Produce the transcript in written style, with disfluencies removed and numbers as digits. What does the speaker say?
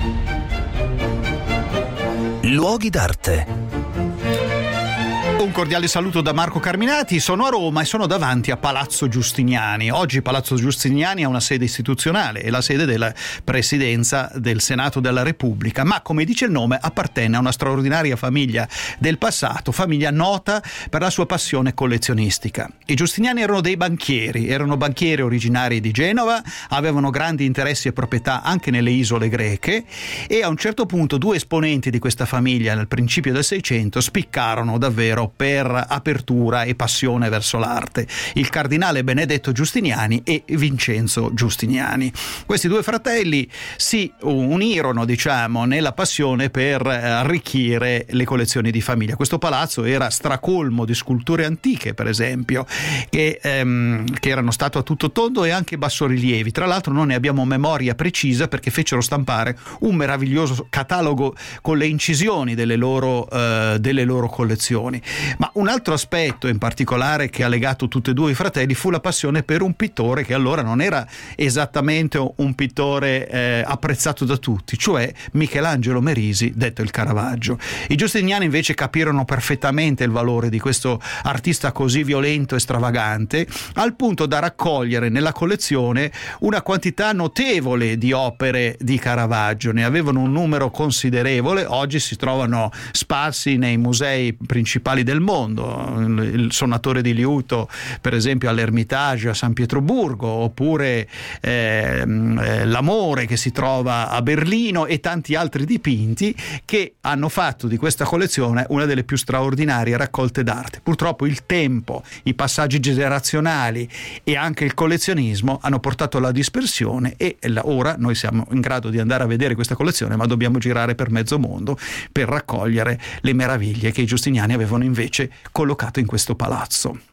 Luoghi d'arte. Un cordiale saluto da Marco Carminati, sono a Roma e sono davanti a Palazzo Giustiniani. Oggi Palazzo Giustiniani ha una sede istituzionale, è la sede della Presidenza del Senato della Repubblica, ma come dice il nome appartiene a una straordinaria famiglia del passato, famiglia nota per la sua passione collezionistica. I Giustiniani erano banchieri originari di Genova, avevano grandi interessi e proprietà anche nelle isole greche e a un certo punto due esponenti di questa famiglia nel principio del Seicento spiccarono davvero per apertura e passione verso l'arte, il cardinale Benedetto Giustiniani e Vincenzo Giustiniani. Questi due fratelli si unirono, nella passione per arricchire le collezioni di famiglia. Questo palazzo era stracolmo di sculture antiche, per esempio, che erano statue a tutto tondo e anche bassorilievi. Tra l'altro non ne abbiamo memoria precisa perché fecero stampare un meraviglioso catalogo con le incisioni delle loro collezioni. Ma un altro aspetto in particolare che ha legato tutti e due i fratelli fu la passione per un pittore che allora non era esattamente un pittore apprezzato da tutti, cioè Michelangelo Merisi, detto il Caravaggio. I Giustiniani invece capirono perfettamente il valore di questo artista così violento e stravagante, al punto da raccogliere nella collezione una quantità notevole di opere di Caravaggio. Ne avevano un numero considerevole, oggi si trovano sparsi nei musei principali del mondo, il Sonatore di liuto per esempio all'Ermitage a San Pietroburgo, oppure l'Amore che si trova a Berlino e tanti altri dipinti che hanno fatto di questa collezione una delle più straordinarie raccolte d'arte. Purtroppo il tempo, i passaggi generazionali e anche il collezionismo hanno portato alla dispersione e ora noi siamo in grado di andare a vedere questa collezione, ma dobbiamo girare per mezzo mondo per raccogliere le meraviglie che i Giustiniani avevano invece collocato in questo palazzo.